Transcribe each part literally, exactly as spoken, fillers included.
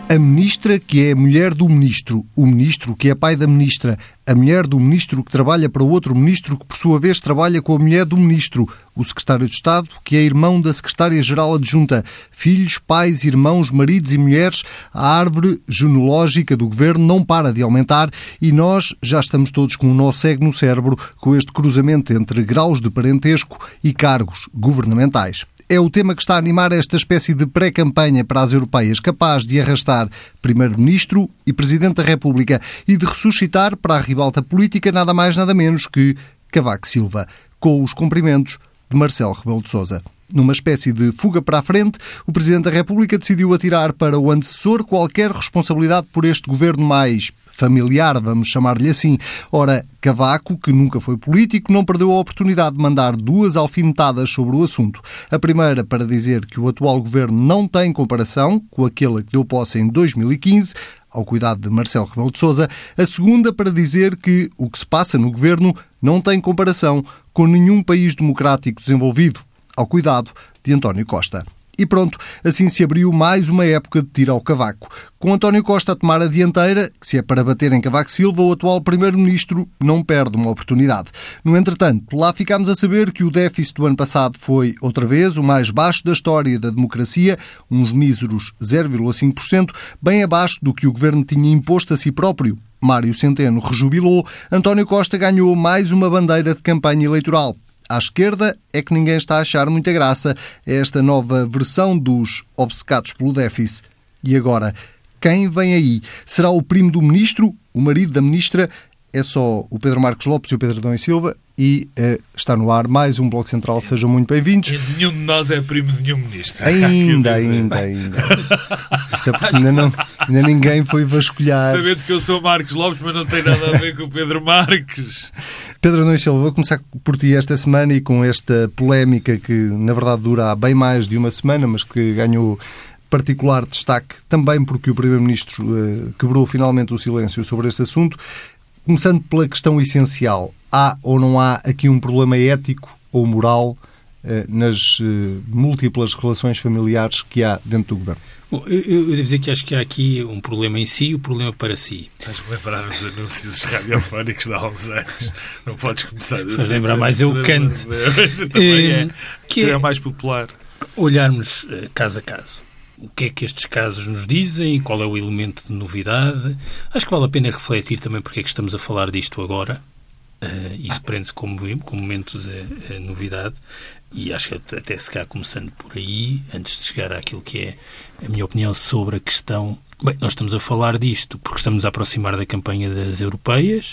A ministra que é a mulher do ministro, o ministro que é pai da ministra, a mulher do ministro que trabalha para outro ministro que, por sua vez, trabalha com a mulher do ministro, o secretário de Estado que é irmão da secretária-geral adjunta, filhos, pais, irmãos, maridos e mulheres, a árvore genealógica do governo não para de aumentar e nós já estamos todos com um nó cego no cérebro com este cruzamento entre graus de parentesco e cargos governamentais. É o tema que está a animar esta espécie de pré-campanha para as europeias, capaz de arrastar Primeiro-Ministro e Presidente da República e de ressuscitar para a ribalta política nada mais nada menos que Cavaco Silva, com os cumprimentos de Marcelo Rebelo de Sousa. Numa espécie de fuga para a frente, o Presidente da República decidiu atirar para o antecessor qualquer responsabilidade por este governo mais familiar, vamos chamar-lhe assim. Ora, Cavaco, que nunca foi político, não perdeu a oportunidade de mandar duas alfinetadas sobre o assunto. A primeira para dizer que o atual governo não tem comparação com aquele que deu posse em dois mil e quinze, ao cuidado de Marcelo Rebelo de Sousa. A segunda para dizer que o que se passa no governo não tem comparação com nenhum país democrático desenvolvido, ao cuidado de António Costa. E pronto, assim se abriu mais uma época de tiro ao Cavaco. Com António Costa a tomar a dianteira, que se é para bater em Cavaco Silva, o atual Primeiro-Ministro não perde uma oportunidade. No entretanto, lá ficámos a saber que o déficit do ano passado foi, outra vez, o mais baixo da história da democracia, uns míseros zero vírgula cinco por cento, bem abaixo do que o Governo tinha imposto a si próprio. Mário Centeno rejubilou, António Costa ganhou mais uma bandeira de campanha eleitoral. À esquerda é que ninguém está a achar muita graça a esta nova versão dos obcecados pelo déficit. E agora, quem vem aí? Será o primo do ministro? O marido da ministra? É só o Pedro Marcos Lopes e o Pedro Adão e Silva e eh, está no ar mais um Bloco Central. Sejam muito bem-vindos. E nenhum de nós é primo de nenhum ministro. Ainda, ainda, ainda. Isso é ainda, não, ainda ninguém foi vasculhar. Sabendo que eu sou Marcos Lopes, mas não tem nada a ver com o Pedro Marques. Pedro Adão e Silva, vou começar por ti esta semana e com esta polémica que, na verdade, dura há bem mais de uma semana, mas que ganhou particular destaque também porque o Primeiro-Ministro eh, quebrou finalmente o silêncio sobre este assunto. Começando pela questão essencial, há ou não há aqui um problema ético ou moral eh, nas eh, múltiplas relações familiares que há dentro do Governo? Bom, eu, eu devo dizer que acho que há aqui um problema em si e um problema para si. Estás-me a lembrar os anúncios radiofónicos de há uns anos. Não podes começar a dizer. lembrar mais eu canto. Também é. Que é mais popular. Olharmos uh, caso a caso. O que é que estes casos nos dizem? Qual é o elemento de novidade? Acho que vale a pena refletir também porque é que estamos a falar disto agora. Uh, isso prende-se, como vimos, com momentos de uh, novidade. E acho que até se calhar começando por aí, antes de chegar àquilo que é a minha opinião sobre a questão... Bem, nós estamos a falar disto porque estamos a aproximar da campanha das europeias,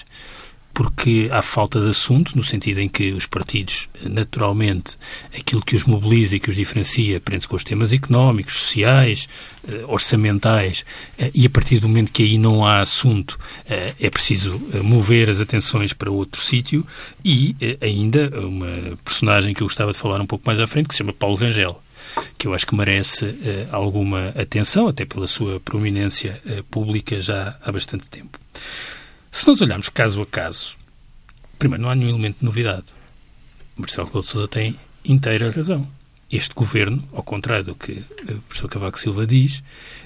porque há falta de assunto, no sentido em que os partidos, naturalmente, aquilo que os mobiliza e que os diferencia prende-se com os temas económicos, sociais, orçamentais, e a partir do momento que aí não há assunto, é preciso mover as atenções para outro sítio, e ainda uma personagem que eu gostava de falar um pouco mais à frente, que se chama Paulo Rangel, que eu acho que merece uh, alguma atenção, até pela sua prominência uh, pública já há bastante tempo. Se nós olharmos caso a caso, primeiro, não há nenhum elemento de novidade. Marcelo Rebelo de Sousa tem inteira razão. Este governo, ao contrário do que o professor Cavaco Silva diz,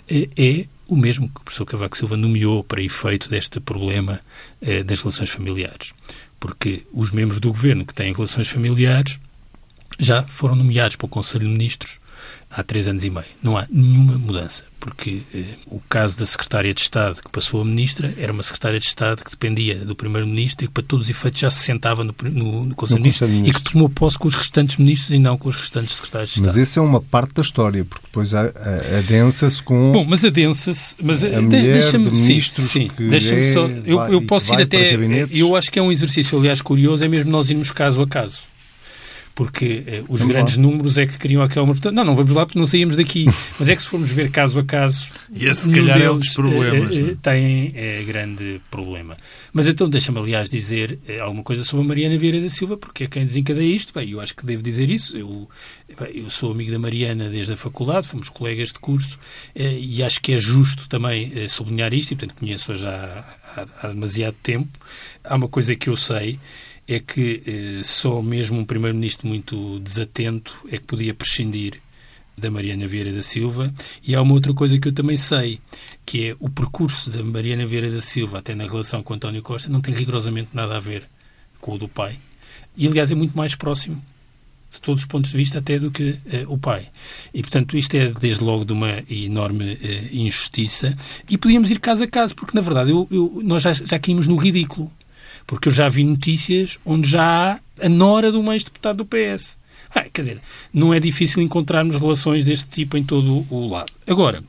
é o mesmo que o professor Cavaco Silva nomeou para efeito deste problema uh, das relações familiares. Porque os membros do governo que têm relações familiares já foram nomeados para o Conselho de Ministros há três anos e meio. Não há nenhuma mudança, porque eh, o caso da Secretária de Estado que passou a Ministra era uma Secretária de Estado que dependia do Primeiro-Ministro e que, para todos os efeitos, já se sentava no, no, no Conselho de Ministros e que tomou posse com os restantes Ministros e não com os restantes Secretários de Estado. Mas essa é uma parte da história, porque depois adensa-se com... Bom, mas adensa-se... Mas a mulher deixa-me, de ministros sim, que deixa-me é, só... Eu, vai, eu posso ir até... Eu acho que é um exercício, aliás, curioso, é mesmo nós irmos caso a caso. Porque eh, os vamos grandes lá. números é que criam aquela... Não, não vamos lá porque não saímos daqui. Mas é que se formos ver caso a caso... E esse, se calhar, é um dos problemas. Eh, eh, tem eh, grande problema. Mas então deixa-me, aliás, dizer eh, alguma coisa sobre a Mariana Vieira da Silva, porque é quem desencadeia isto. Bem, eu acho que devo dizer isso. Eu, bem, eu sou amigo da Mariana desde a faculdade, fomos colegas de curso, eh, e acho que é justo também eh, sublinhar isto, e portanto conheço-a já há, há demasiado tempo. Há uma coisa que eu sei... é que eh, só mesmo um primeiro-ministro muito desatento é que podia prescindir da Mariana Vieira da Silva, e há uma outra coisa que eu também sei, que é o percurso da Mariana Vieira da Silva, até na relação com António Costa, não tem rigorosamente nada a ver com o do pai. E, aliás, é muito mais próximo, de todos os pontos de vista, até do que uh, o pai. E, portanto, isto é, desde logo, de uma enorme uh, injustiça. E podíamos ir caso a caso, porque, na verdade, eu, eu, nós já, já caímos no ridículo. Porque eu já vi notícias onde já há a nora de um ex-deputado do P S. Ah, quer dizer, não é difícil encontrarmos relações deste tipo em todo o lado. Agora,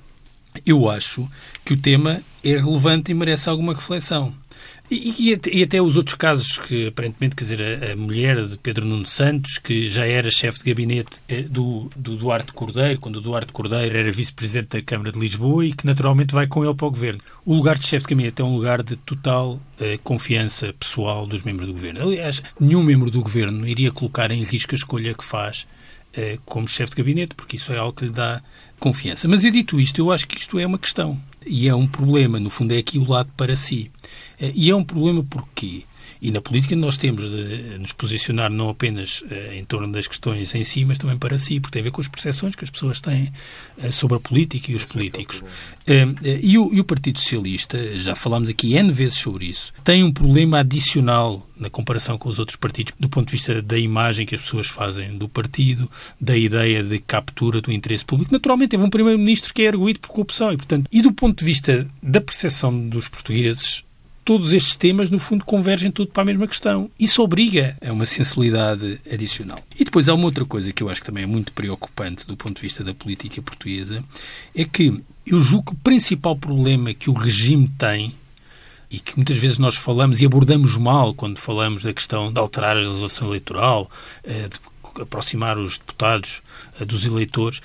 eu acho que o tema é relevante e merece alguma reflexão. E, e, e até os outros casos que, aparentemente, quer dizer, a, a mulher de Pedro Nuno Santos, que já era chefe de gabinete eh, do, do Duarte Cordeiro, quando o Duarte Cordeiro era vice-presidente da Câmara de Lisboa e que, naturalmente, vai com ele para o governo. O lugar de chefe de gabinete é um lugar de total eh, confiança pessoal dos membros do governo. Aliás, nenhum membro do governo iria colocar em risco a escolha que faz eh, como chefe de gabinete, porque isso é algo que lhe dá confiança. Mas, e dito isto, eu acho que isto é uma questão. E é um problema, no fundo, é aqui o lado para si. E é um problema porquê? E na política nós temos de nos posicionar não apenas uh, em torno das questões em si, mas também para si, porque tem a ver com as percepções que as pessoas têm uh, sobre a política e os políticos. Uh, uh, e, o, e o Partido Socialista, já falámos aqui N vezes sobre isso, tem um problema adicional na comparação com os outros partidos, do ponto de vista da imagem que as pessoas fazem do partido, da ideia de captura do interesse público. Naturalmente, teve um primeiro-ministro que é arguído por corrupção e, portanto, e do ponto de vista da percepção dos portugueses, todos estes temas, no fundo, convergem tudo para a mesma questão. Isso obriga a uma sensibilidade adicional. E depois há uma outra coisa que eu acho que também é muito preocupante do ponto de vista da política portuguesa, é que eu julgo que o principal problema que o regime tem, e que muitas vezes nós falamos e abordamos mal quando falamos da questão de alterar a legislação eleitoral, de aproximar os deputados dos eleitores,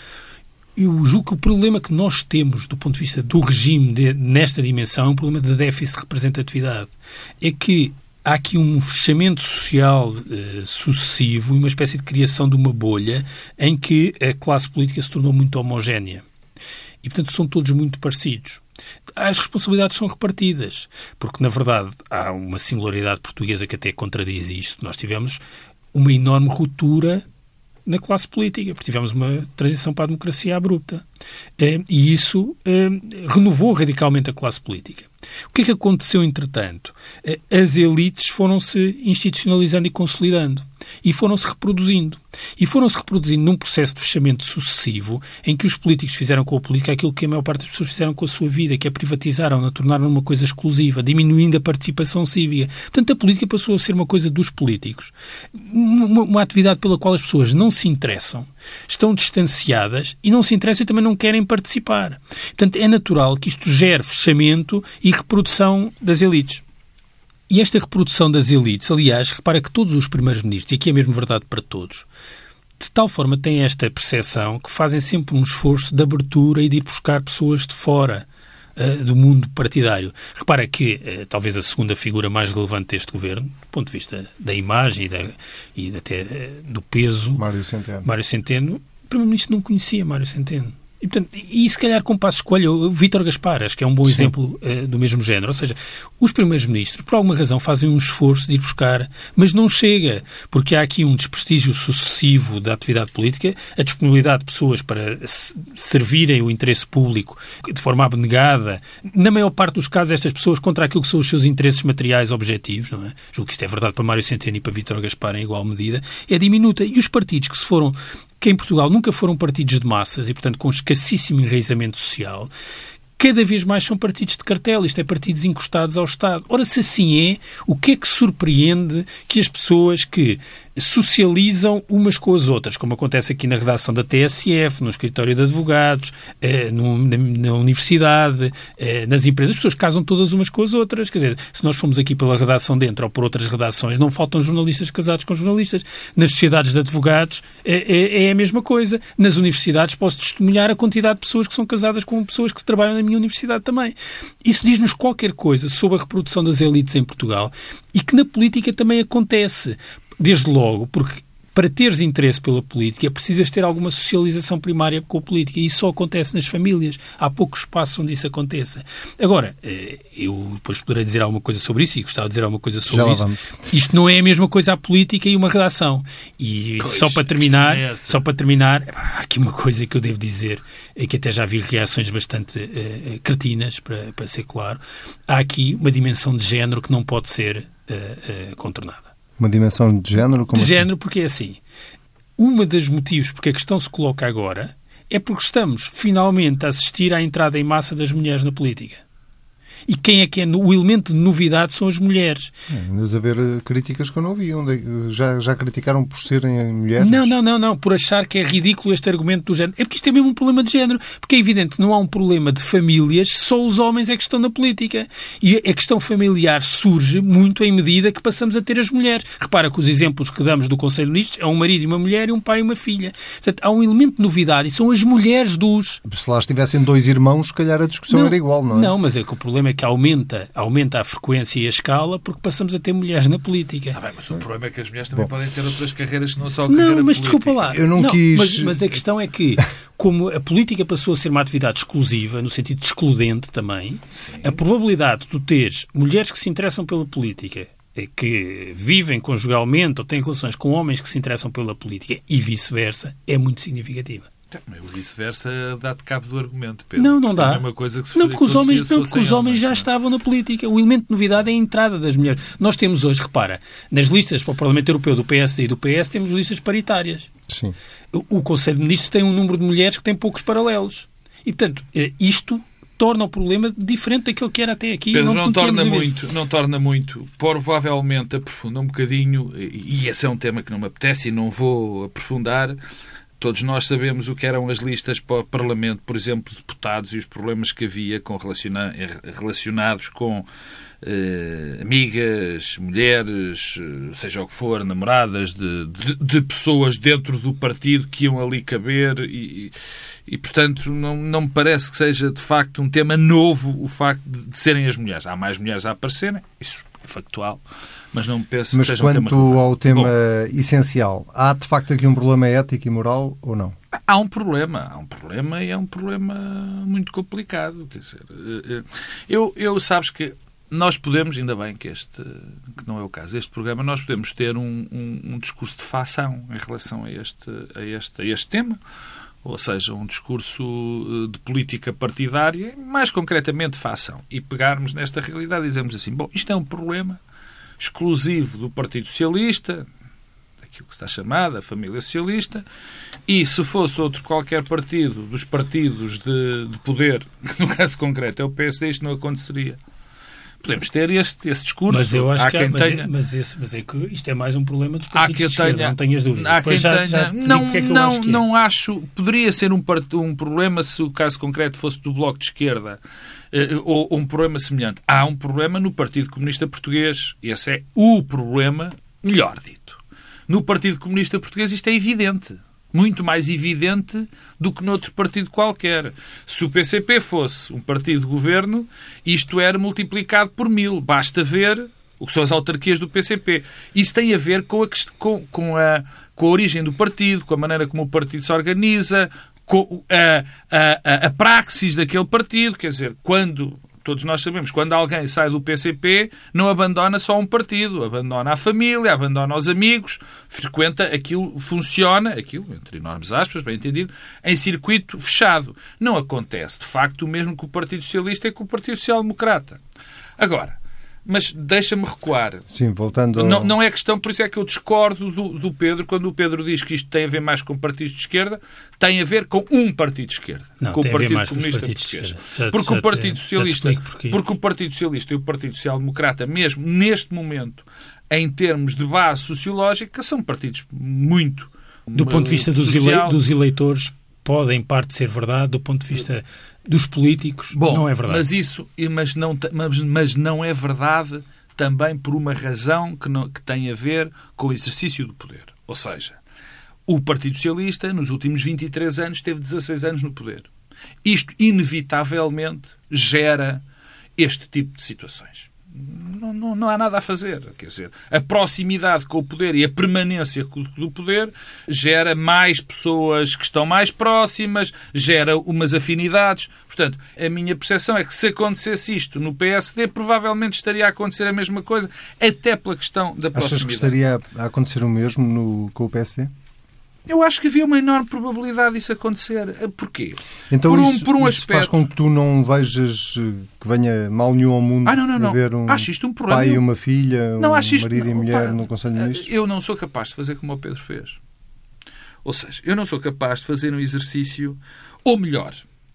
eu julgo que o problema que nós temos do ponto de vista do regime de, nesta dimensão é um problema de déficit de representatividade. É que há aqui um fechamento social eh, sucessivo e uma espécie de criação de uma bolha em que a classe política se tornou muito homogénea. E, portanto, são todos muito parecidos. As responsabilidades são repartidas, porque, na verdade, há uma singularidade portuguesa que até contradiz isto. Nós tivemos uma enorme ruptura na classe política, porque tivemos uma transição para a democracia abrupta. E isso renovou radicalmente a classe política. O que é que aconteceu, entretanto? As elites foram-se institucionalizando e consolidando. E foram-se reproduzindo. E foram-se reproduzindo num processo de fechamento sucessivo em que os políticos fizeram com a política aquilo que a maior parte das pessoas fizeram com a sua vida, que é privatizaram-na, tornaram uma coisa exclusiva, diminuindo a participação cívica. Portanto, a política passou a ser uma coisa dos políticos. Uma, uma atividade pela qual as pessoas não se interessam, estão distanciadas e não se interessam e também não querem participar. Portanto, é natural que isto gere fechamento e reprodução das elites. E esta reprodução das elites, aliás, repara que todos os primeiros-ministros, e aqui é mesmo verdade para todos, de tal forma têm esta percepção que fazem sempre um esforço de abertura e de ir buscar pessoas de fora uh, do mundo partidário. Repara que uh, talvez a segunda figura mais relevante deste governo, do ponto de vista da imagem e, da, e até uh, do peso, Mário Centeno. Mário Centeno, o primeiro-ministro não conhecia Mário Centeno. E, portanto, e se calhar com passo escolha o Vítor Gaspar, acho que é um bom Sim. exemplo uh, do mesmo género. Ou seja, os primeiros-ministros, por alguma razão, fazem um esforço de ir buscar, mas não chega, porque há aqui um desprestígio sucessivo da atividade política, a disponibilidade de pessoas para servirem o interesse público de forma abnegada, na maior parte dos casos, estas pessoas contra aquilo que são os seus interesses materiais objetivos, não é? Julgo que isto é verdade para Mário Centeno e para Vítor Gaspar em igual medida, é diminuta. E os partidos que se foram... que em Portugal nunca foram partidos de massas e, portanto, com escassíssimo enraizamento social, cada vez mais são partidos de cartel, isto é, partidos encostados ao Estado. Ora, se assim é, o que é que surpreende que as pessoas que socializam umas com as outras, como acontece aqui na redação da T S F, no escritório de advogados, eh, no, na, na universidade, eh, nas empresas, as pessoas casam todas umas com as outras. Quer dizer, se nós formos aqui pela redação dentro ou por outras redações, não faltam jornalistas casados com jornalistas. Nas sociedades de advogados é, é, é a mesma coisa. Nas universidades posso testemunhar a quantidade de pessoas que são casadas com pessoas que trabalham na minha universidade também. Isso diz-nos qualquer coisa sobre a reprodução das elites em Portugal e que na política também acontece. Desde logo, porque para teres interesse pela política, precisas ter alguma socialização primária com a política. E isso só acontece nas famílias. Há poucos espaços onde isso aconteça. Agora, eu depois poderei dizer alguma coisa sobre isso e gostava de dizer alguma coisa sobre isso. Vamos. Isto não é a mesma coisa à política e uma redação. E pois, só para terminar, é só para terminar, há aqui uma coisa que eu devo dizer, é que até já vi reações bastante uh, cretinas, para, para ser claro. Há aqui uma dimensão de género que não pode ser uh, uh, contornada. Uma dimensão de género? Como de assim? género, porque é assim. Um dos motivos porque a questão se coloca agora é porque estamos finalmente a assistir à entrada em massa das mulheres na política. E quem é que é o elemento de novidade são as mulheres. Andas a ver críticas que eu não vi. Onde já, já criticaram por serem mulheres? Não, não, não, não. Por achar que é ridículo este argumento do género. É porque isto é mesmo um problema de género. Porque é evidente que não há um problema de famílias, só os homens é que estão na política. E a questão familiar surge muito em medida que passamos a ter as mulheres. Repara que os exemplos que damos do Conselho de Ministros é um marido e uma mulher e um pai e uma filha. Portanto, há um elemento de novidade e são as mulheres dos... Se lá estivessem dois irmãos, se calhar a discussão não, era igual, não é? Não, mas é que o problema é que aumenta, aumenta a frequência e a escala porque passamos a ter mulheres na política. Ah, bem, mas o problema é que as mulheres também Bom. podem ter outras carreiras que não só a não, carreira mas política. Desculpa lá. Eu não, não quis... Mas, mas a questão é que, como a política passou a ser uma atividade exclusiva, no sentido de excludente também, Sim. a probabilidade de tu teres mulheres que se interessam pela política, que vivem conjugalmente ou têm relações com homens que se interessam pela política e vice-versa, é muito significativa. O vice-versa dá-te cabo do argumento, Pedro. Não, não dá. É uma coisa que se não, porque os homens, não, porque os homens já não. estavam na política. O elemento de novidade é a entrada das mulheres. Nós temos hoje, repara, nas listas para o Parlamento Europeu do P S D e do P S temos listas paritárias. Sim. O, o Conselho de Ministros tem um número de mulheres que tem poucos paralelos. E, portanto, isto torna o problema diferente daquilo que era até aqui. Pedro, não, não torna muito, não torna muito. Provavelmente aprofunda um bocadinho, e esse é um tema que não me apetece e não vou aprofundar. Todos nós sabemos o que eram as listas para o Parlamento, por exemplo, de deputados e os problemas que havia com relaciona- relacionados com eh, amigas, mulheres, seja o que for, namoradas de, de, de pessoas dentro do partido que iam ali caber e, e portanto, não, não me parece que seja, de facto, um tema novo o facto de, de serem as mulheres. Há mais mulheres a aparecerem, isso é factual. Mas não penso Mas que seja quanto um tema ao tema Bom, essencial, há de facto aqui um problema ético e moral ou não? Há um problema, há um problema e é um problema muito complicado. Quer dizer, eu, eu sabes que nós podemos, ainda bem que este que não é o caso, este programa, nós podemos ter um, um, um discurso de fação em relação a este, a este, a este tema. Ou seja, um discurso de política partidária, mais concretamente fação. E pegarmos nesta realidade e dizermos assim, bom, isto é um problema exclusivo do Partido Socialista, daquilo que está chamada a família socialista, e se fosse outro qualquer partido dos partidos de, de poder, que no caso concreto é o P S D, isto não aconteceria. Podemos ter este, esse discurso. Mas eu acho há que quem há, mas, tenha... é, mas, esse, mas é que isto é mais um problema dos há partidos quem de esquerda, tenha... não tenhas dúvidas. Há quem já, tenha... já não, que é que não, acho que não é. acho... Poderia ser um, part... um problema se o caso concreto fosse do Bloco de Esquerda eh, ou, ou um problema semelhante. Há um problema no Partido Comunista Português. E esse é o problema, melhor dito. No Partido Comunista Português isto é evidente. Muito mais evidente do que noutro partido qualquer. Se o P C P fosse um partido de governo, isto era multiplicado por mil. Basta ver o que são as autarquias do P C P. Isso tem a ver com a, com, com a, com a origem do partido, com a maneira como o partido se organiza, com a, a, a praxis daquele partido. Quer dizer, quando... Todos nós sabemos, quando alguém sai do P C P, não abandona só um partido, abandona a família, abandona os amigos, frequenta aquilo, funciona, aquilo, entre enormes aspas, bem entendido, em circuito fechado. Não acontece, de facto, o mesmo com o Partido Socialista e com o Partido Social Democrata. Agora, mas deixa-me recuar. Sim, voltando ao... não, não é questão, por isso é que eu discordo do, do Pedro, quando o Pedro diz que isto tem a ver mais com partidos de esquerda, tem a ver com um partido de esquerda, não, com o Partido Comunista Português. Porque o Partido Socialista, porque... porque o Partido Socialista e o Partido Social Democrata, mesmo neste momento, em termos de base sociológica, são partidos muito... Do ponto de vista dos, ele, dos eleitores, pode em parte ser verdade, do ponto de vista dos políticos, Bom, não é verdade. Mas isso, mas não, mas, mas não é verdade também por uma razão que, não, que tem a ver com o exercício do poder. Ou seja, o Partido Socialista, nos últimos vinte e três anos, teve dezasseis anos no poder. Isto, inevitavelmente, gera este tipo de situações. Não, não, não há nada a fazer. Quer dizer, a proximidade com o poder e a permanência do poder gera mais pessoas que estão mais próximas, gera umas afinidades. Portanto, a minha percepção é que se acontecesse isto no P S D, provavelmente estaria a acontecer a mesma coisa, até pela questão da proximidade. Achas que estaria a acontecer o mesmo no, com o P S D? Eu acho que havia uma enorme probabilidade disso acontecer. Porquê? Então por um, isso, por um isso aspecto... faz com que tu não vejas que venha mal nenhum ao mundo ah, não, não, não. haver um acho isto um problema. pai e uma filha, não, um acho isto... marido não, e mulher pá, no Conselho de Ministros? Eu não sou capaz de fazer como o Pedro fez. Ou seja, eu não sou capaz de fazer um exercício, ou melhor,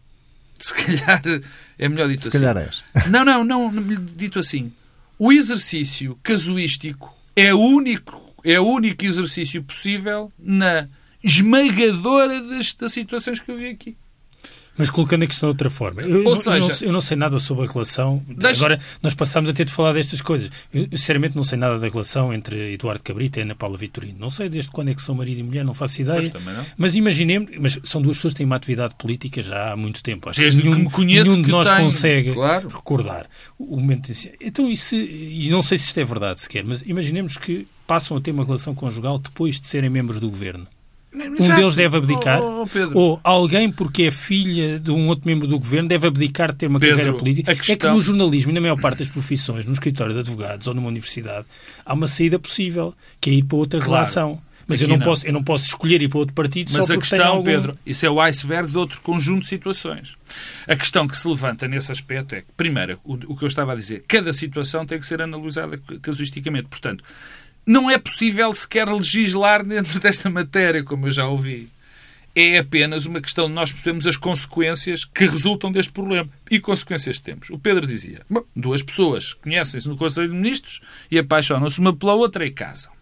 se calhar é melhor dito se assim. Se calhar és. Não, não, não, dito assim. O exercício casuístico é o único, é o único exercício possível na esmagadora das, das situações que eu vi aqui. Mas colocando a questão de outra forma, eu, Ou eu, seja, eu, não, eu não sei nada sobre a relação. Deixa... Agora, nós passámos a ter de falar destas coisas. Eu, eu, sinceramente, não sei nada da relação entre Eduardo Cabrita e Ana Paula Vitorino. Não sei desde quando é que são marido e mulher, não faço ideia. Mas, não. mas imaginemos, mas são duas pessoas que têm uma atividade política já há muito tempo. Acho desde que nenhum, que me conheço nenhum de nós tenho, consegue claro. recordar o momento em si. Então, isso, e não sei se isto é verdade sequer, mas imaginemos que passam a ter uma relação conjugal depois de serem membros do governo. Um Exato. deles deve abdicar, oh, oh, ou alguém, porque é filha de um outro membro do governo, deve abdicar de ter uma Pedro, carreira política. questão... É que no jornalismo e na maior parte das profissões, no escritório de advogados ou numa universidade, há uma saída possível, que é ir para outra claro. relação. Mas eu não, não. Posso, eu não posso escolher ir para outro partido Mas só a porque questão, tenho algum... Pedro, isso é o iceberg de outro conjunto de situações. A questão que se levanta nesse aspecto é que, primeiro, o, o que eu estava a dizer, cada situação tem que ser analisada casuisticamente. Portanto, não é possível sequer legislar dentro desta matéria, como eu já ouvi. É apenas uma questão de nós percebermos as consequências que resultam deste problema. E consequências temos. O Pedro dizia, bom, duas pessoas conhecem-se no Conselho de Ministros e apaixonam-se uma pela outra e casam.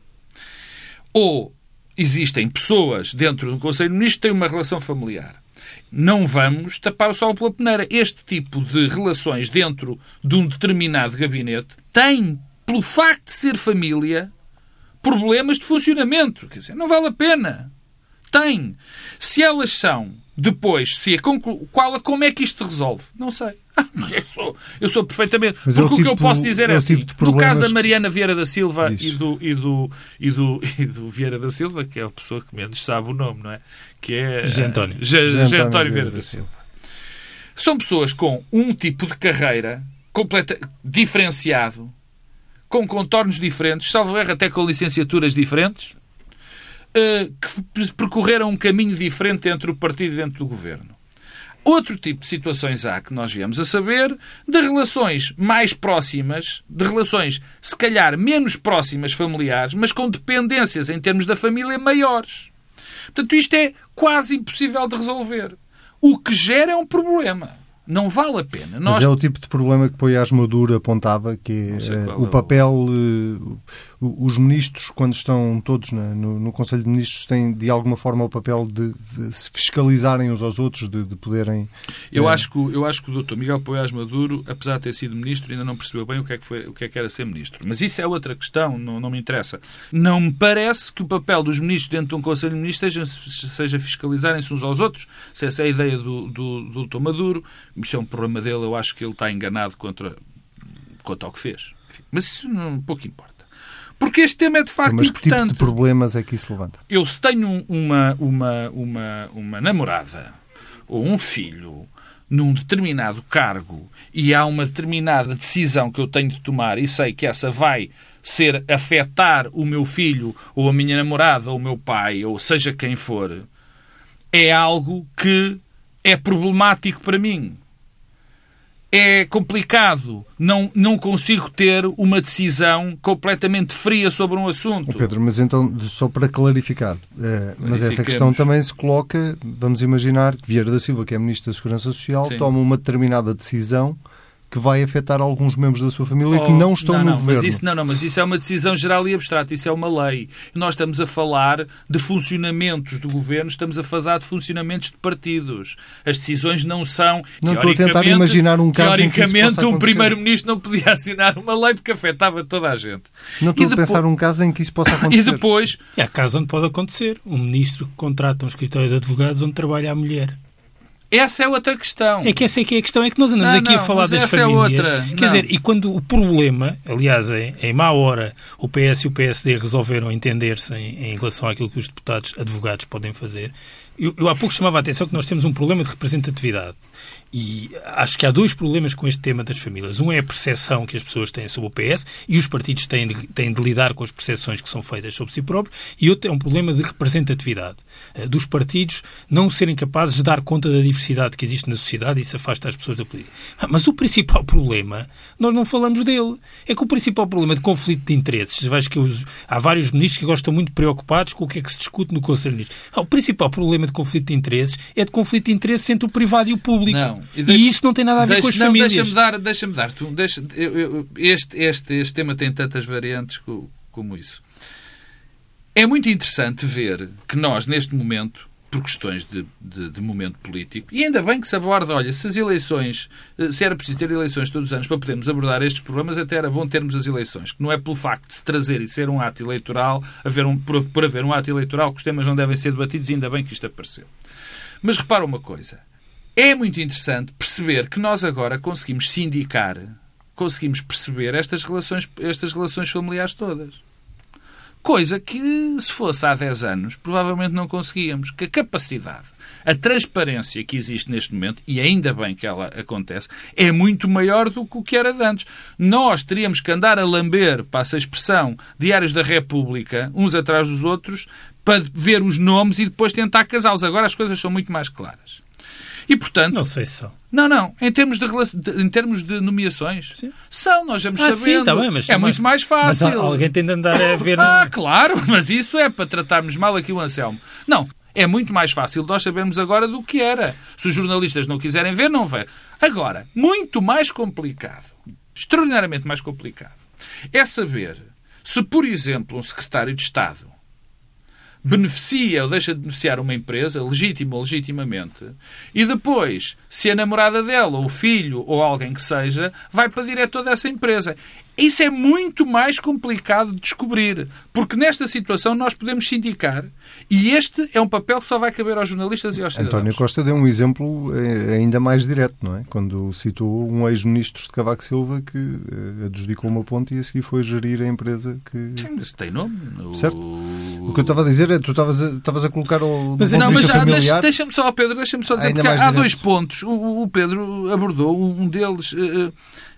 Ou existem pessoas dentro do Conselho de Ministros que têm uma relação familiar. Não vamos tapar o sol pela peneira. Este tipo de relações dentro de um determinado gabinete tem, pelo facto de ser família, problemas de funcionamento. Quer dizer, não vale a pena. Tem. Se elas são, depois, se a conclu... Qual, como é que isto se resolve? Não sei. Eu sou, eu sou perfeitamente... Mas Porque é o, o que tipo, eu posso dizer é, é assim, tipo no problemas... caso da Mariana Vieira da Silva e do, e, do, e, do, e do Vieira da Silva, que é a pessoa que menos sabe o nome, não é? Que é... José António. José José António, António Vieira da Silva. São pessoas com um tipo de carreira completa, diferenciado, com contornos diferentes, salvo erro até com licenciaturas diferentes, que percorreram um caminho diferente entre o partido e dentro do governo. Outro tipo de situações há que nós viemos a saber de relações mais próximas, de relações se calhar menos próximas familiares, mas com dependências em termos da família maiores. Portanto, isto é quase impossível de resolver. O que gera é um problema. Não vale a pena. Nós... Mas é o tipo de problema que Poiás Maduro apontava, que é uh, o papel... Uh, os ministros, quando estão todos na, no, no Conselho de Ministros, têm, de alguma forma, o papel de, de se fiscalizarem uns aos outros, de, de poderem... Eu, uh... acho que, eu acho que o doutor Miguel Poiás Maduro, apesar de ter sido ministro, ainda não percebeu bem o que é que, foi, o que, é que era ser ministro. Mas isso é outra questão, não, não me interessa. Não me parece que o papel dos ministros dentro de um Conselho de Ministros seja, seja fiscalizarem-se uns aos outros. Se essa é a ideia do, do, do doutor Maduro, isso é um problema dele, eu acho que ele está enganado contra, quanto ao que fez. Enfim, mas isso não, pouco importa. Porque este tema é de facto Mas importante. Mas que tipo de problemas é que isso levanta? Eu, se tenho uma, uma, uma, uma namorada ou um filho num determinado cargo e há uma determinada decisão que eu tenho de tomar e sei que essa vai ser afetar o meu filho ou a minha namorada ou o meu pai ou seja quem for, é algo que é problemático para mim. É complicado. Não, não consigo ter uma decisão completamente fria sobre um assunto. Pedro, mas então, só para clarificar, eh, mas essa questão também se coloca, vamos imaginar que Vieira da Silva, que é Ministro da Segurança Social, Sim. toma uma determinada decisão que vai afetar alguns membros da sua família oh, que não estão não, no não, governo. Mas isso, não, não, mas isso é uma decisão geral e abstrata, isso é uma lei. Nós estamos a falar de funcionamentos do governo, estamos a falar de funcionamentos de partidos. As decisões não são... Não estou a tentar imaginar um caso em que isso Teoricamente, possa um primeiro-ministro não podia assinar uma lei porque afetava toda a gente. Não estou e a depois... pensar um caso em que isso possa acontecer. E depois... É caso onde pode acontecer. Um ministro que contrata um escritório de advogados onde trabalha a mulher. Essa é outra questão. É que essa é que é a questão, é que nós andamos não, aqui não, a falar das essa famílias. É outra. Quer não. dizer, e quando o problema, aliás, em, em má hora, o P S e o P S D resolveram entender-se em, em relação àquilo que os deputados, advogados podem fazer, eu, eu há pouco chamava a atenção que nós temos um problema de representatividade. E acho que há dois problemas com este tema das famílias. Um é a percepção que as pessoas têm sobre o P S e os partidos têm de, têm de lidar com as percepções que são feitas sobre si próprios, e outro é um problema de representatividade. Dos partidos não serem capazes de dar conta da diversidade que existe na sociedade e isso afasta as pessoas da política. Mas o principal problema, nós não falamos dele, é que o principal problema de conflito de interesses, vejo que os, há vários ministros que gostam muito preocupados com o que é que se discute no Conselho de Ministros. O principal problema de conflito de interesses é de conflito de interesses entre o privado e o público. Não. E, deixa, e isso não tem nada a ver deixa, com as não, famílias. Deixa-me dar, deixa-me dar. Tu, deixa, eu, eu, este, este, este tema tem tantas variantes como, como isso. É muito interessante ver que nós, neste momento, por questões de, de, de momento político, e ainda bem que se aborda, olha, se as eleições, se era preciso ter eleições todos os anos para podermos abordar estes problemas, até era bom termos as eleições, que não é pelo facto de se trazer e ser um ato eleitoral, haver um, por, por haver um ato eleitoral, que os temas não devem ser debatidos, e ainda bem que isto apareceu. Mas repara uma coisa, é muito interessante perceber que nós agora conseguimos sindicar, conseguimos perceber estas relações, estas relações familiares todas. Coisa que, se fosse há dez anos, provavelmente não conseguíamos. Que a capacidade, a transparência que existe neste momento, e ainda bem que ela acontece, é muito maior do que o que era de antes. Nós teríamos que andar a lamber, passa a expressão, diários da República, uns atrás dos outros, para ver os nomes e depois tentar casá-los. Agora as coisas são muito mais claras. E, portanto... Não sei se são. Não, não. Em termos de, em termos de nomeações, sim. São, nós vamos ah, sabendo. Sim, tá bem, mas é muito mais, mais fácil. Mas alguém tem de andar a ver... Ah, claro, mas isso é para tratarmos mal aqui o Anselmo. Não, é muito mais fácil nós sabermos agora do que era. Se os jornalistas não quiserem ver, não vê. Agora, muito mais complicado, extraordinariamente mais complicado, é saber se, por exemplo, um secretário de Estado beneficia ou deixa de beneficiar uma empresa, legítima ou legitimamente, e depois, se a namorada dela, ou o filho, ou alguém que seja, vai para diretor dessa empresa. Isso é muito mais complicado de descobrir, porque nesta situação nós podemos sindicar, e este é um papel que só vai caber aos jornalistas e aos cidadãos. António Costa deu um exemplo ainda mais direto, não é? Quando citou um ex-ministro de Cavaco Silva que adjudicou uma ponte e a seguir foi gerir a empresa que... Sim, mas tem nome. O... Certo? O que eu estava a dizer é que tu estavas a, estavas a colocar o mas, não, mas já, deixa, deixa-me só, Pedro, deixa-me só dizer, porque há direto. dois pontos. O, o Pedro abordou, um deles... Uh,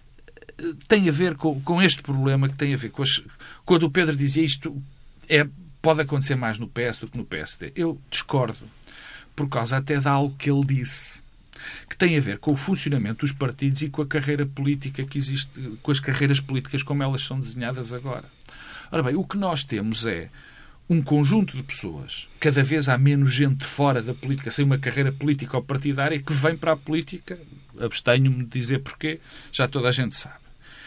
tem a ver com, com este problema que tem a ver com as... Quando o Pedro dizia isto, é, pode acontecer mais no P S do que no P S D. Eu discordo, por causa até de algo que ele disse, que tem a ver com o funcionamento dos partidos e com a carreira política que existe, com as carreiras políticas como elas são desenhadas agora. Ora bem, o que nós temos é um conjunto de pessoas, cada vez há menos gente fora da política, sem uma carreira política ou partidária, que vem para a política. Abstenho-me de dizer porquê, já toda a gente sabe.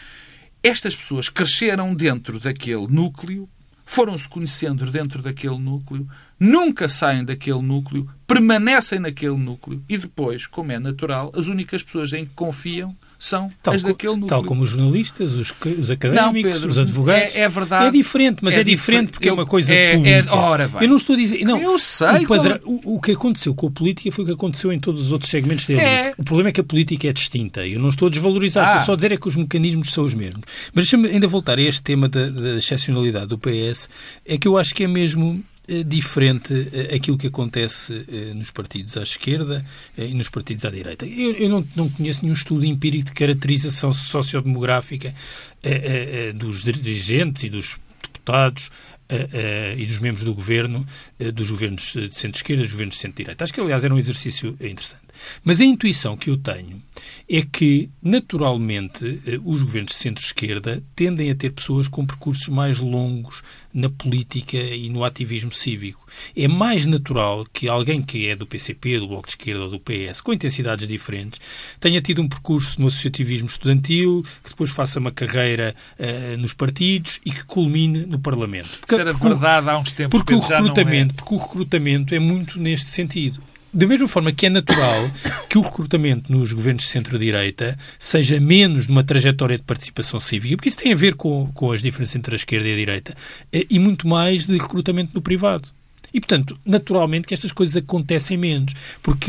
Estas pessoas cresceram dentro daquele núcleo, foram-se conhecendo dentro daquele núcleo, nunca saem daquele núcleo, permanecem naquele núcleo e depois, como é natural, as únicas pessoas em que confiam são tal as daquele núcleo. Tal como os jornalistas, os, os académicos, não, Pedro, os advogados. É, é verdade. É diferente, mas é, é diferente porque eu, é uma coisa é, pública. É, ora bem. Eu não estou a dizer... Não, eu sei. O, padrão, o, o que aconteceu com a política foi o que aconteceu em todos os outros segmentos da elite. É. O problema é que a política é distinta. Eu não estou a desvalorizar, ah. estou só a dizer é que os mecanismos são os mesmos. Mas deixa-me ainda voltar a este tema da, da excepcionalidade do P S, é que eu acho que é mesmo... diferente aquilo que acontece nos partidos à esquerda e nos partidos à direita. Eu, eu não, não conheço nenhum estudo empírico de caracterização sociodemográfica eh, eh, dos dirigentes e dos deputados eh, eh, e dos membros do governo, eh, dos governos de centro-esquerda e dos governos de centro-direita. Acho que, aliás, era um exercício interessante. Mas a intuição que eu tenho é que, naturalmente, os governos de centro-esquerda tendem a ter pessoas com percursos mais longos na política e no ativismo cívico. É mais natural que alguém que é do P C P, do Bloco de Esquerda ou do P S, com intensidades diferentes, tenha tido um percurso no associativismo estudantil, que depois faça uma carreira uh, nos partidos e que culmine no Parlamento. Porque, Isso era porque, verdade há uns tempos. Porque o, é. recrutamento, porque o recrutamento é muito neste sentido. Da mesma forma que é natural que o recrutamento nos governos de centro-direita seja menos de uma trajetória de participação cívica, porque isso tem a ver com, com as diferenças entre a esquerda e a direita, e muito mais de recrutamento no privado. E, portanto, naturalmente que estas coisas acontecem menos, porque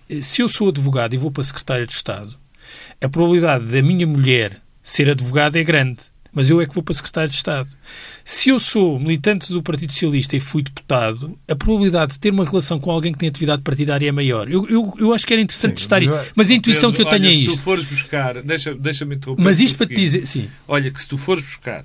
se eu sou advogado e vou para secretário de Estado, a probabilidade da minha mulher ser advogada é grande, mas eu é que vou para secretário de Estado. Se eu sou militante do Partido Socialista e fui deputado, a probabilidade de ter uma relação com alguém que tem atividade partidária é maior. Eu, eu, eu acho que era interessante sim, testar isto, mas a intuição Pedro, que eu tenho olha, é isto. Se tu fores buscar, deixa, deixa-me interromper. Mas isto para te dizer, sim. Olha, que se tu fores buscar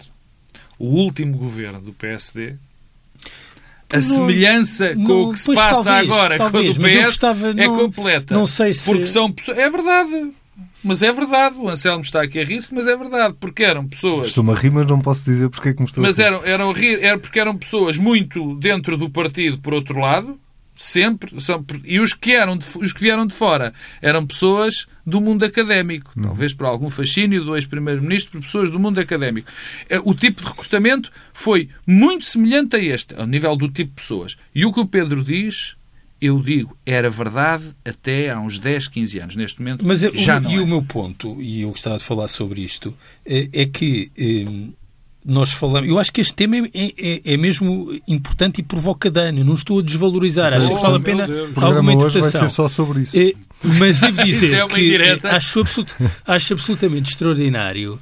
o último governo do P S D, a não, não, semelhança com o que se passa talvez, agora talvez, com a do P S gostava, é não, completa. Não sei se... Porque são pessoas... É verdade. Mas é verdade. O Anselmo está aqui a rir-se, mas é verdade. Porque eram pessoas... Estou-me a rir, mas não posso dizer porque é que me estou mas a rir. Mas eram, eram rir, era porque eram pessoas muito dentro do partido, por outro lado, sempre. São, e os que, eram de, os que vieram de fora eram pessoas do mundo académico. Hum. Talvez por algum fascínio do ex-primeiro-ministro, por pessoas do mundo académico. O tipo de recrutamento foi muito semelhante a este, ao nível do tipo de pessoas. E o que o Pedro diz... Eu digo, era verdade até há uns dez, quinze anos. Neste momento, Mas já o, não E é. o meu ponto, e eu gostava de falar sobre isto, é, é que é, nós falamos... Eu acho que este tema é, é, é mesmo importante e provoca dano. Eu não estou a desvalorizar. Acho oh, que vale a pena alguma interpretação. Hoje vai ser só sobre isso. É, mas devo dizer é que acho, absolut, acho absolutamente extraordinário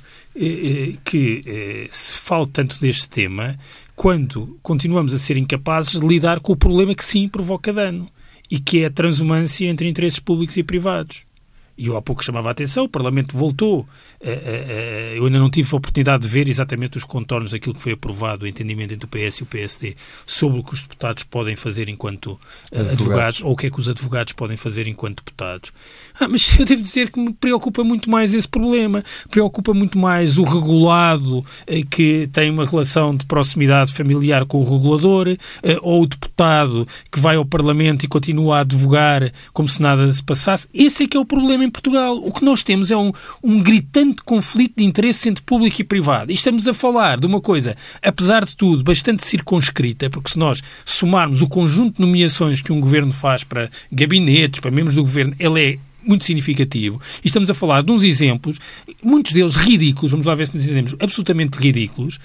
é, que é, se fale tanto deste tema quando continuamos a ser incapazes de lidar com o problema que sim provoca dano e que é a transumância entre interesses públicos e privados. E eu há pouco chamava a atenção, o Parlamento voltou. A, a, a, eu ainda não tive a oportunidade de ver exatamente os contornos daquilo que foi aprovado, o entendimento entre o P S e o P S D, sobre o que os deputados podem fazer enquanto advogados, advogados ou o que é que os advogados podem fazer enquanto deputados. Ah, mas eu devo dizer que me preocupa muito mais esse problema. Preocupa muito mais o regulado eh, que tem uma relação de proximidade familiar com o regulador eh, ou o deputado que vai ao Parlamento e continua a advogar como se nada se passasse. Esse é que é o problema em Portugal. O que nós temos é um, um gritante conflito de interesse entre público e privado. E estamos a falar de uma coisa, apesar de tudo, bastante circunscrita, porque se nós somarmos o conjunto de nomeações que um governo faz para gabinetes, para membros do governo, ele é muito significativo. E estamos a falar de uns exemplos, muitos deles ridículos, vamos lá ver se nos entendemos, absolutamente ridículos,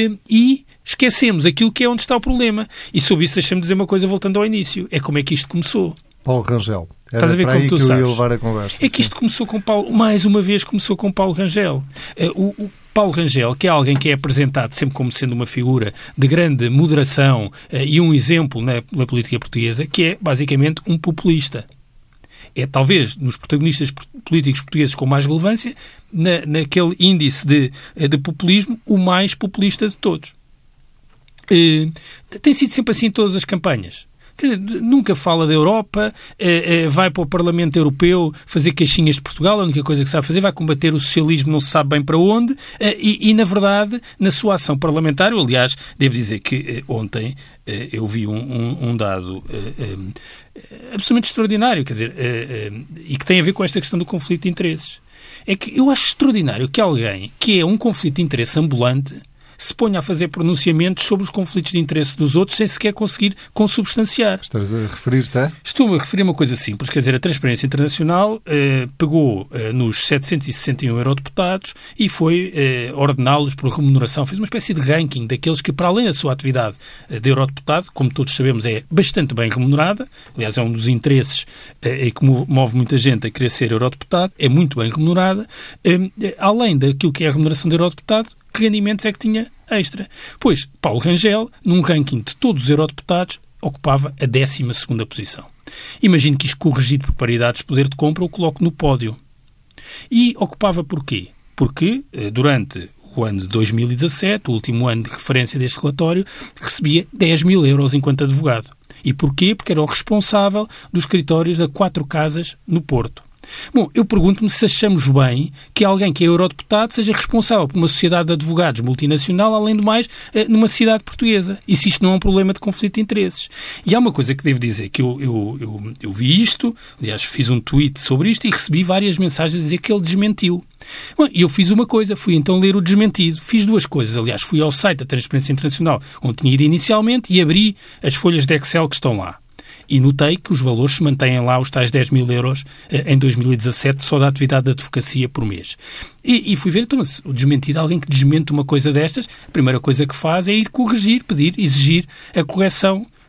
e esquecemos aquilo que é onde está o problema. E sobre isso deixa-me dizer uma coisa voltando ao início. É como é que isto começou. Paulo Rangel. Era Estás a ver para como aí tu que eu sabes. ia levar a conversa. É que isto sim. começou com Paulo, mais uma vez começou com Paulo Rangel. O, o Paulo Rangel, que é alguém que é apresentado sempre como sendo uma figura de grande moderação e um exemplo na, na política portuguesa, que é basicamente um populista. É talvez nos protagonistas políticos portugueses com mais relevância, na, naquele índice de, de populismo, o mais populista de todos. Uh, tem sido sempre assim em todas as campanhas. Nunca fala da Europa, eh, eh, vai para o Parlamento Europeu fazer queixinhas de Portugal, a única coisa que sabe fazer, vai combater o socialismo, não se sabe bem para onde, eh, e, e, na verdade, na sua ação parlamentar, eu, aliás, devo dizer que eh, ontem eh, eu vi um, um, um dado eh, eh, absolutamente extraordinário, quer dizer, eh, eh, e que tem a ver com esta questão do conflito de interesses. É que eu acho extraordinário que alguém que é um conflito de interesse ambulante se ponha a fazer pronunciamentos sobre os conflitos de interesse dos outros sem sequer conseguir consubstanciar. Estás a referir-te a? Estou a referir a uma coisa simples, quer dizer, a Transparência Internacional eh, pegou eh, nos setecentos e sessenta e um eurodeputados e foi eh, ordená-los por remuneração. Fez uma espécie de ranking daqueles que, para além da sua atividade eh, de eurodeputado, como todos sabemos, é bastante bem remunerada, aliás, é um dos interesses eh, que move muita gente a querer ser eurodeputado, é muito bem remunerada, eh, além daquilo que é a remuneração de eurodeputado, que rendimentos é que tinha extra? Pois, Paulo Rangel, num ranking de todos os eurodeputados, ocupava a décima segunda posição. Imagino que isto, corrigido por paridades de poder de compra, o coloque no pódio. E ocupava porquê? Porque, durante o ano de dois mil e dezassete, o último ano de referência deste relatório, recebia dez mil euros enquanto advogado. E porquê? Porque era o responsável dos escritórios da Quatro Casas no Porto. Bom, eu pergunto-me se achamos bem que alguém que é eurodeputado seja responsável por uma sociedade de advogados multinacional, além do mais, numa cidade portuguesa. E se isto não é um problema de conflito de interesses. E há uma coisa que devo dizer, que eu, eu, eu, eu vi isto, aliás, fiz um tweet sobre isto e recebi várias mensagens a dizer que ele desmentiu. Bom, e eu fiz uma coisa, fui então ler o desmentido. Fiz duas coisas, aliás, fui ao site da Transparência Internacional, onde tinha ido inicialmente, e abri as folhas de Excel que estão lá. E notei que os valores se mantêm lá, os tais dez mil euros, em dois mil e dezassete, só da atividade de advocacia por mês. E, e fui ver, então, o desmentido, alguém que desmente uma coisa destas, a primeira coisa que faz é ir corrigir, pedir, exigir a correção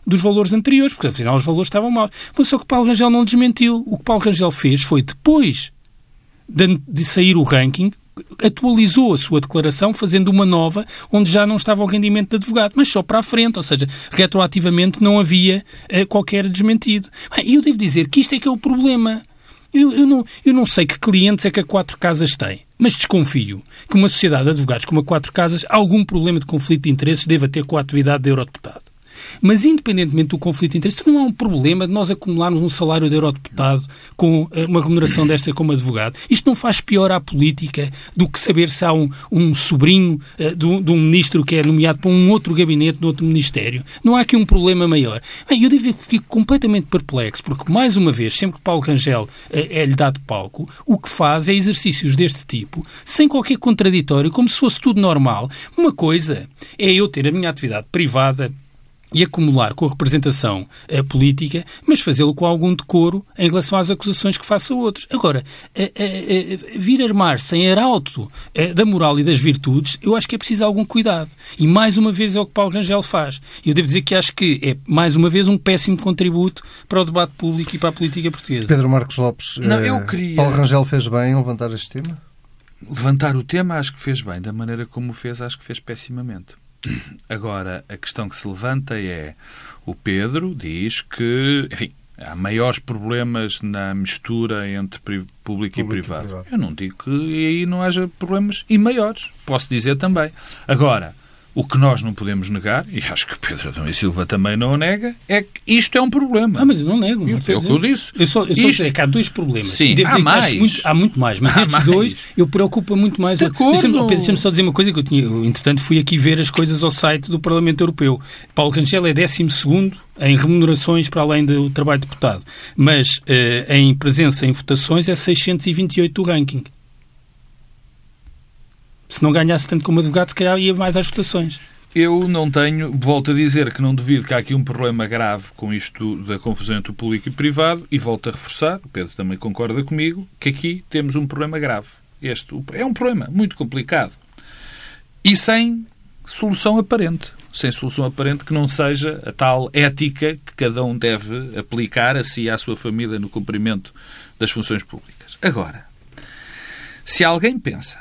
dos valores anteriores, porque afinal os valores estavam maus. Mas só que o Paulo Rangel não desmentiu. O que o Paulo Rangel fez foi, depois de, de sair o ranking, atualizou a sua declaração fazendo uma nova onde já não estava o rendimento de advogado, mas só para a frente, ou seja, retroativamente não havia uh, qualquer desmentido. E eu devo dizer que isto é que é o problema. Eu, eu, não, eu não sei que clientes é que a Quatro Casas tem, mas desconfio que uma sociedade de advogados como a Quatro Casas algum problema de conflito de interesses deva ter com a atividade de eurodeputado. Mas, independentemente do conflito de interesses, não há um problema de nós acumularmos um salário de eurodeputado com uma remuneração desta como advogado. Isto não faz pior à política do que saber se há um, um sobrinho uh, de, um, de um ministro que é nomeado para um outro gabinete de outro ministério. Não há aqui um problema maior. Bem, eu devo, fico completamente perplexo, porque, mais uma vez, sempre que Paulo Rangel uh, é-lhe dado palco, o que faz é exercícios deste tipo, sem qualquer contraditório, como se fosse tudo normal. Uma coisa é eu ter a minha atividade privada e acumular com a representação uh, política, mas fazê-lo com algum decoro em relação às acusações que faça a outros. Agora, uh, uh, uh, vir armar-se em arauto uh, da moral e das virtudes, eu acho que é preciso algum cuidado. E, mais uma vez, é o que Paulo Rangel faz. Eu devo dizer que acho que é, mais uma vez, um péssimo contributo para o debate público e para a política portuguesa. Pedro Marcos Lopes, Não, eu queria... Paulo Rangel fez bem em levantar este tema? Levantar o tema acho que fez bem. Da maneira como o fez, acho que fez pessimamente. Agora, a questão que se levanta é, o Pedro diz que, enfim, há maiores problemas na mistura entre público, público e, privado. e privado. Eu não digo que aí não haja problemas e maiores. Posso dizer também. Agora, o que nós não podemos negar, e acho que o Pedro Adão e Silva também não o nega, é que isto é um problema. Ah, mas eu não nego. Não é o que eu disse. Eu só, eu só isto... sei que há dois problemas. Sim, há mais. Muito, há muito mais, mas há estes mais. dois eu preocupo muito mais. Deixa-me, deixa-me só dizer uma coisa que eu tinha. Eu, entretanto, fui aqui ver as coisas ao site do Parlamento Europeu. Paulo Rangel é décimo segundo em remunerações para além do trabalho de deputado, mas uh, em presença em votações é seiscentos e vinte e oito do ranking. Se não ganhasse tanto como advogado, se calhar ia mais às votações. Eu não tenho, volto a dizer que não duvido que há aqui um problema grave com isto da confusão entre o público e o privado, e volto a reforçar, o Pedro também concorda comigo, que aqui temos um problema grave. Este é um problema muito complicado e sem solução aparente. Sem solução aparente que não seja a tal ética que cada um deve aplicar a si e à sua família no cumprimento das funções públicas. Agora, se alguém pensa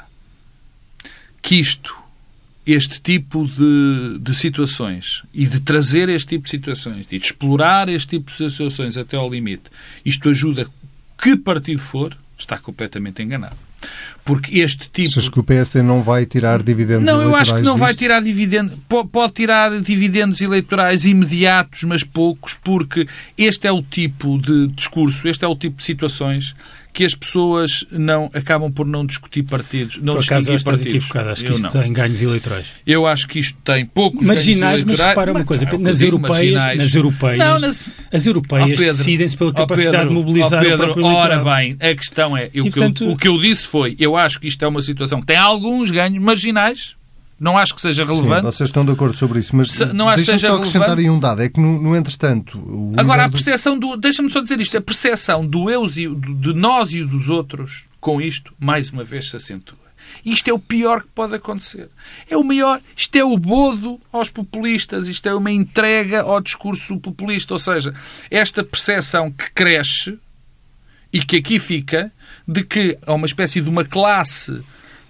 que isto, este tipo de, de situações e de trazer este tipo de situações e de explorar este tipo de situações até ao limite, isto ajuda que partido for, está completamente enganado. Porque este tipo... Achas que o P S D não vai tirar dividendos não, eleitorais? Não, eu acho que não disto? vai tirar dividendos. Pode tirar dividendos eleitorais imediatos, mas poucos, porque este é o tipo de discurso, este é o tipo de situações que as pessoas não, acabam por não discutir partidos. Não por acaso estás partidos. equivocado. Acho que eu isto não. tem ganhos eleitorais. Eu acho que isto tem poucos marginais, ganhos eleitorais. Mas repara uma coisa, mas, nas, europeias, nas europeias, não, nas... as europeias decidem-se pela capacidade Pedro, de mobilizar Pedro, o próprio eleitorado. Ora bem, a questão é, eu, e, que portanto... eu, o que eu disse foi, eu acho que isto é uma situação que tem alguns ganhos marginais. Não acho que seja relevante. Sim, vocês estão de acordo sobre isso, mas não acho deixa-me só acrescentar aí um dado. É que, no, no entretanto... O Agora, a do... percepção do... Deixa-me só dizer isto. A percepção do eu e de nós e dos outros com isto, mais uma vez, se acentua. Isto é o pior que pode acontecer. É o maior... Isto é o bodo aos populistas. Isto é uma entrega ao discurso populista. Ou seja, esta percepção que cresce e que aqui fica de que há uma espécie de uma classe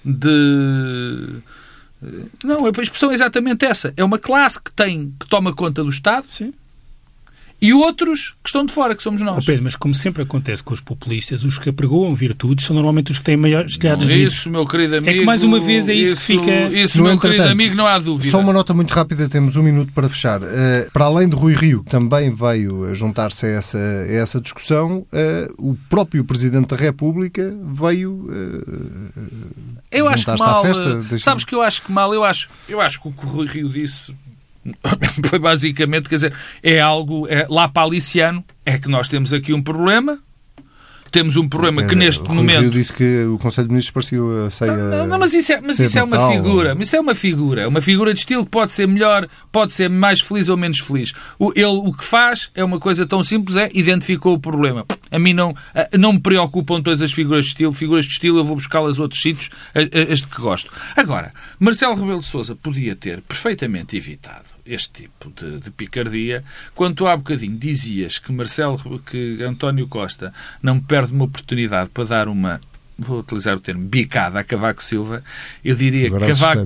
de... Não, a expressão é exatamente essa. É uma classe que tem, que toma conta do Estado. Sim. E outros que estão de fora, que somos nós. Oh Pedro, mas como sempre acontece com os populistas, os que apregoam virtudes são normalmente os que têm maiores telhados de vidro. Isso, meu querido amigo... É que mais uma vez é isso, isso que fica... Isso, meu querido amigo, não há dúvida. Só uma nota muito rápida, temos um minuto para fechar. Uh, para além de Rui Rio, que também veio juntar-se a essa, a essa discussão, uh, o próprio Presidente da República veio uh, eu acho que mal, à festa. Sabes que eu acho que mal, eu acho, eu acho que o que o Rui Rio disse... foi basicamente, quer dizer, é algo é, lá para Aliciano, é que nós temos aqui um problema, temos um problema é, que neste o momento... Eu disse que o Conselho de Ministros parecia a ceia... Não, não, mas isso é, mas isso é uma Natal, figura, ou... mas isso é uma figura, uma figura de estilo que pode ser melhor, pode ser mais feliz ou menos feliz. O, ele o que faz é uma coisa tão simples, é identificou o problema. A mim não, não me preocupam todas as figuras de estilo, figuras de estilo eu vou buscá-las a outros sítios, as de que gosto. Agora, Marcelo Rebelo de Sousa podia ter perfeitamente evitado este tipo de, de picardia. Quando há bocadinho dizias que Marcelo, que António Costa não perde uma oportunidade para dar uma, vou utilizar o termo, bicada a Cavaco Silva, eu diria que Cavaco,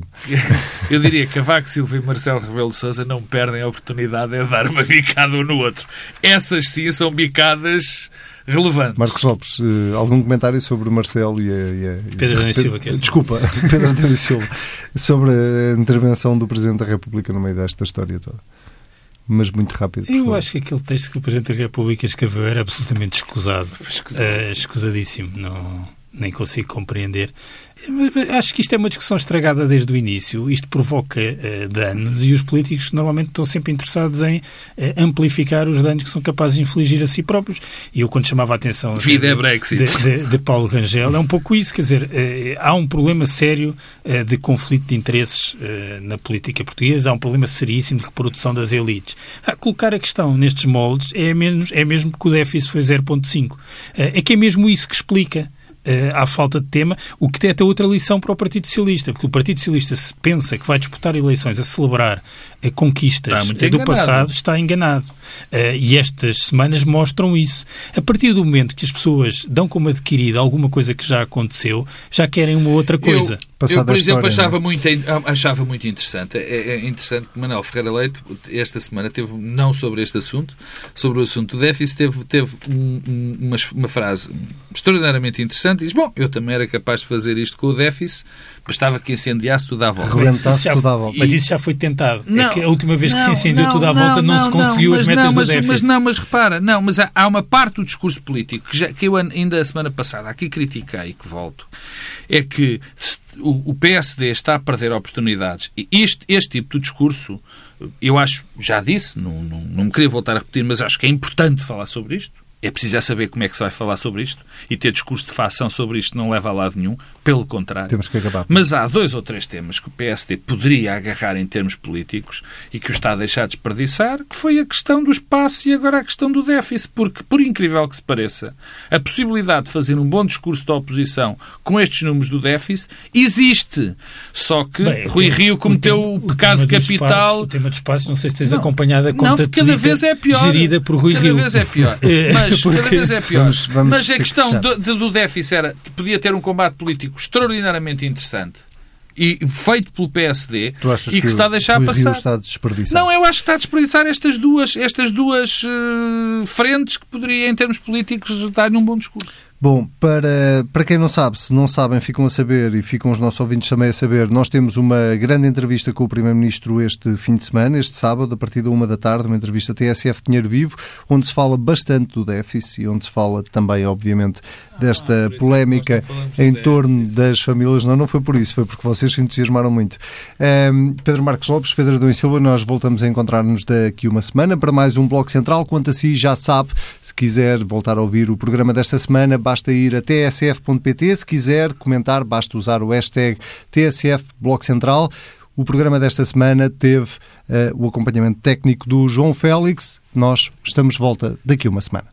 eu diria que Cavaco Silva e Marcelo Rebelo de Sousa não perdem a oportunidade de dar uma bicada um no outro. Essas sim são bicadas relevantes. Marcos Lopes, algum comentário sobre Marcelo e a... E a Pedro Adão e Silva. Pedro, desculpa, Pedro Adão e Silva. Sobre a intervenção do Presidente da República no meio desta história toda. Mas muito rápido. Eu favor. acho que aquele texto que o Presidente da República escreveu era absolutamente escusado. Escusadíssimo. Uh, escusadíssimo. Não, nem consigo compreender. Acho que isto é uma discussão estragada desde o início. Isto provoca uh, danos e os políticos normalmente estão sempre interessados em uh, amplificar os danos que são capazes de infligir a si próprios. E eu, quando chamava a atenção Vida de, é Brexit. De, de, de Paulo Rangel, é um pouco isso. Quer dizer, uh, há um problema sério uh, de conflito de interesses uh, na política portuguesa. Há um problema seríssimo de reprodução das elites. Ah, colocar a questão nestes moldes é, menos, é mesmo que o déficit foi zero vírgula cinco. Uh, é que é mesmo isso que explica Uh, à falta de tema, o que tem até outra lição para o Partido Socialista, porque o Partido Socialista, se pensa que vai disputar eleições a celebrar uh, conquistas uh, do passado, está enganado. Uh, e estas semanas mostram isso. A partir do momento que as pessoas dão como adquirida alguma coisa que já aconteceu, já querem uma outra coisa. Eu, eu por exemplo, história, achava, muito, achava muito interessante. É, é interessante que Manuel Ferreira Leite, esta semana, teve, não sobre este assunto, sobre o assunto do déficit, teve, teve um, uma, uma frase extraordinariamente interessante. Diz, bom, eu também era capaz de fazer isto com o déficit, bastava que incendiasse tudo à volta. Mas, já, tudo à volta. Mas isso já foi tentado. Não, é que a última vez não, que se incendiou não, tudo à volta não, não se conseguiu não, as metas não, mas, do déficit. Mas não, mas repara, não, mas há, há uma parte do discurso político que, já, que eu ainda a semana passada aqui critiquei e que volto, é que se, o, o P S D está a perder oportunidades. E este, este tipo de discurso, eu acho, já disse, não, não, não me queria voltar a repetir, mas acho que é importante falar sobre isto. É preciso saber como é que se vai falar sobre isto e ter discurso de facção sobre isto não leva a lado nenhum, pelo contrário. Temos que acabar. Mas há dois ou três temas que o P S D poderia agarrar em termos políticos e que o está a deixar desperdiçar, que foi a questão do espaço e agora a questão do déficit, porque, por incrível que se pareça, a possibilidade de fazer um bom discurso da oposição com estes números do déficit existe. Só que Bem, Rui tema, Rio cometeu o, tema, o pecado capital... Espaço, o tema do espaço, não sei se tens não, acompanhado a conta não, cada vez é pior. Gerida por Rui cada Rio. Cada vez é pior. Mas Porque... cada vez é pior. Vamos, vamos Mas a questão do, do déficit era, podia ter um combate político extraordinariamente interessante e feito pelo P S D e que, que se está a deixar o passar. Está a desperdiçar? Não, eu acho que está a desperdiçar estas duas, estas duas uh, frentes que poderia, em termos políticos, dar-lhe um bom discurso. Bom, para, para quem não sabe, se não sabem, ficam a saber e ficam os nossos ouvintes também a saber, nós temos uma grande entrevista com o Primeiro-Ministro este fim de semana, este sábado, a partir da uma da tarde, uma entrevista T S F Dinheiro Vivo, onde se fala bastante do déficit e onde se fala também, obviamente, desta ah, polémica em torno das famílias. Não, não foi por isso, foi porque vocês se entusiasmaram muito. Um, Pedro Marcos Lopes, Pedro Adão e Silva, nós voltamos a encontrar-nos daqui uma semana para mais um Bloco Central. Quanto a si, já sabe, se quiser voltar a ouvir o programa desta semana, basta ir a t s f ponto p t. Se quiser comentar, basta usar o hashtag T S F Bloco Central. O programa desta semana teve uh, o acompanhamento técnico do João Félix. Nós estamos de volta daqui a uma semana.